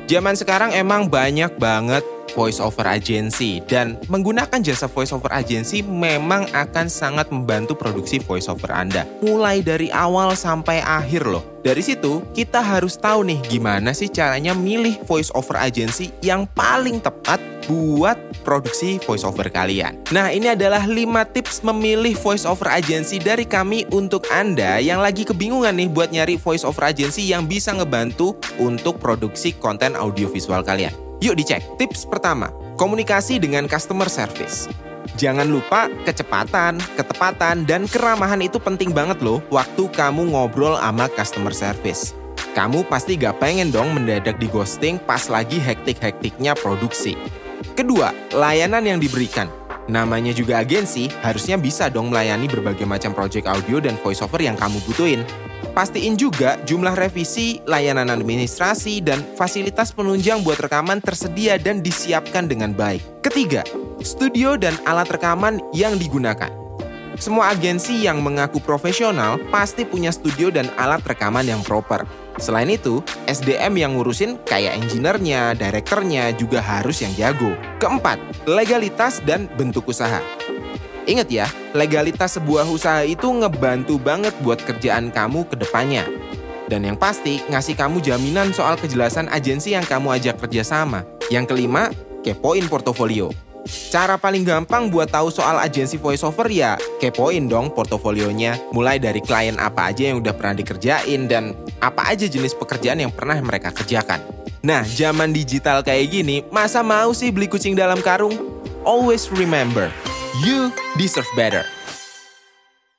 Zaman sekarang emang banyak banget voice over agency dan menggunakan jasa voice over agency memang akan sangat membantu produksi voice over Anda. Mulai dari awal sampai akhir loh. Dari situ kita harus tahu nih gimana sih caranya milih voice over agency yang paling tepat buat produksi voice over kalian. Nah, ini adalah 5 tips memilih voice over agency dari kami untuk Anda yang lagi kebingungan nih buat nyari voice over agency yang bisa ngebantu untuk produksi konten audiovisual kalian. Yuk dicek. Tips pertama, komunikasi dengan customer service. Jangan lupa kecepatan, ketepatan, dan keramahan itu penting banget loh waktu kamu ngobrol sama customer service. Kamu pasti gak pengen dong mendadak di ghosting pas lagi hektik-hektiknya produksi. Kedua, layanan yang diberikan. Namanya juga agensi, harusnya bisa dong melayani berbagai macam project audio dan voiceover yang kamu butuhin. Pastiin juga jumlah revisi, layanan administrasi, dan fasilitas penunjang buat rekaman tersedia dan disiapkan dengan baik. Ketiga, studio dan alat rekaman yang digunakan. Semua agensi yang mengaku profesional pasti punya studio dan alat rekaman yang proper. Selain itu, SDM yang ngurusin kayak engineer-nya, direkturnya juga harus yang jago. Keempat, legalitas dan bentuk usaha. Ingat ya, legalitas sebuah usaha itu ngebantu banget buat kerjaan kamu ke depannya. Dan yang pasti, ngasih kamu jaminan soal kejelasan agensi yang kamu ajak kerjasama. Yang kelima, kepoin portofolio. Cara paling gampang buat tahu soal agensi voiceover ya kepoin dong portofolionya. Mulai dari klien apa aja yang udah pernah dikerjain dan apa aja jenis pekerjaan yang pernah mereka kerjakan. Nah, zaman digital kayak gini, masa mau sih beli kucing dalam karung? Always remember, you deserve better.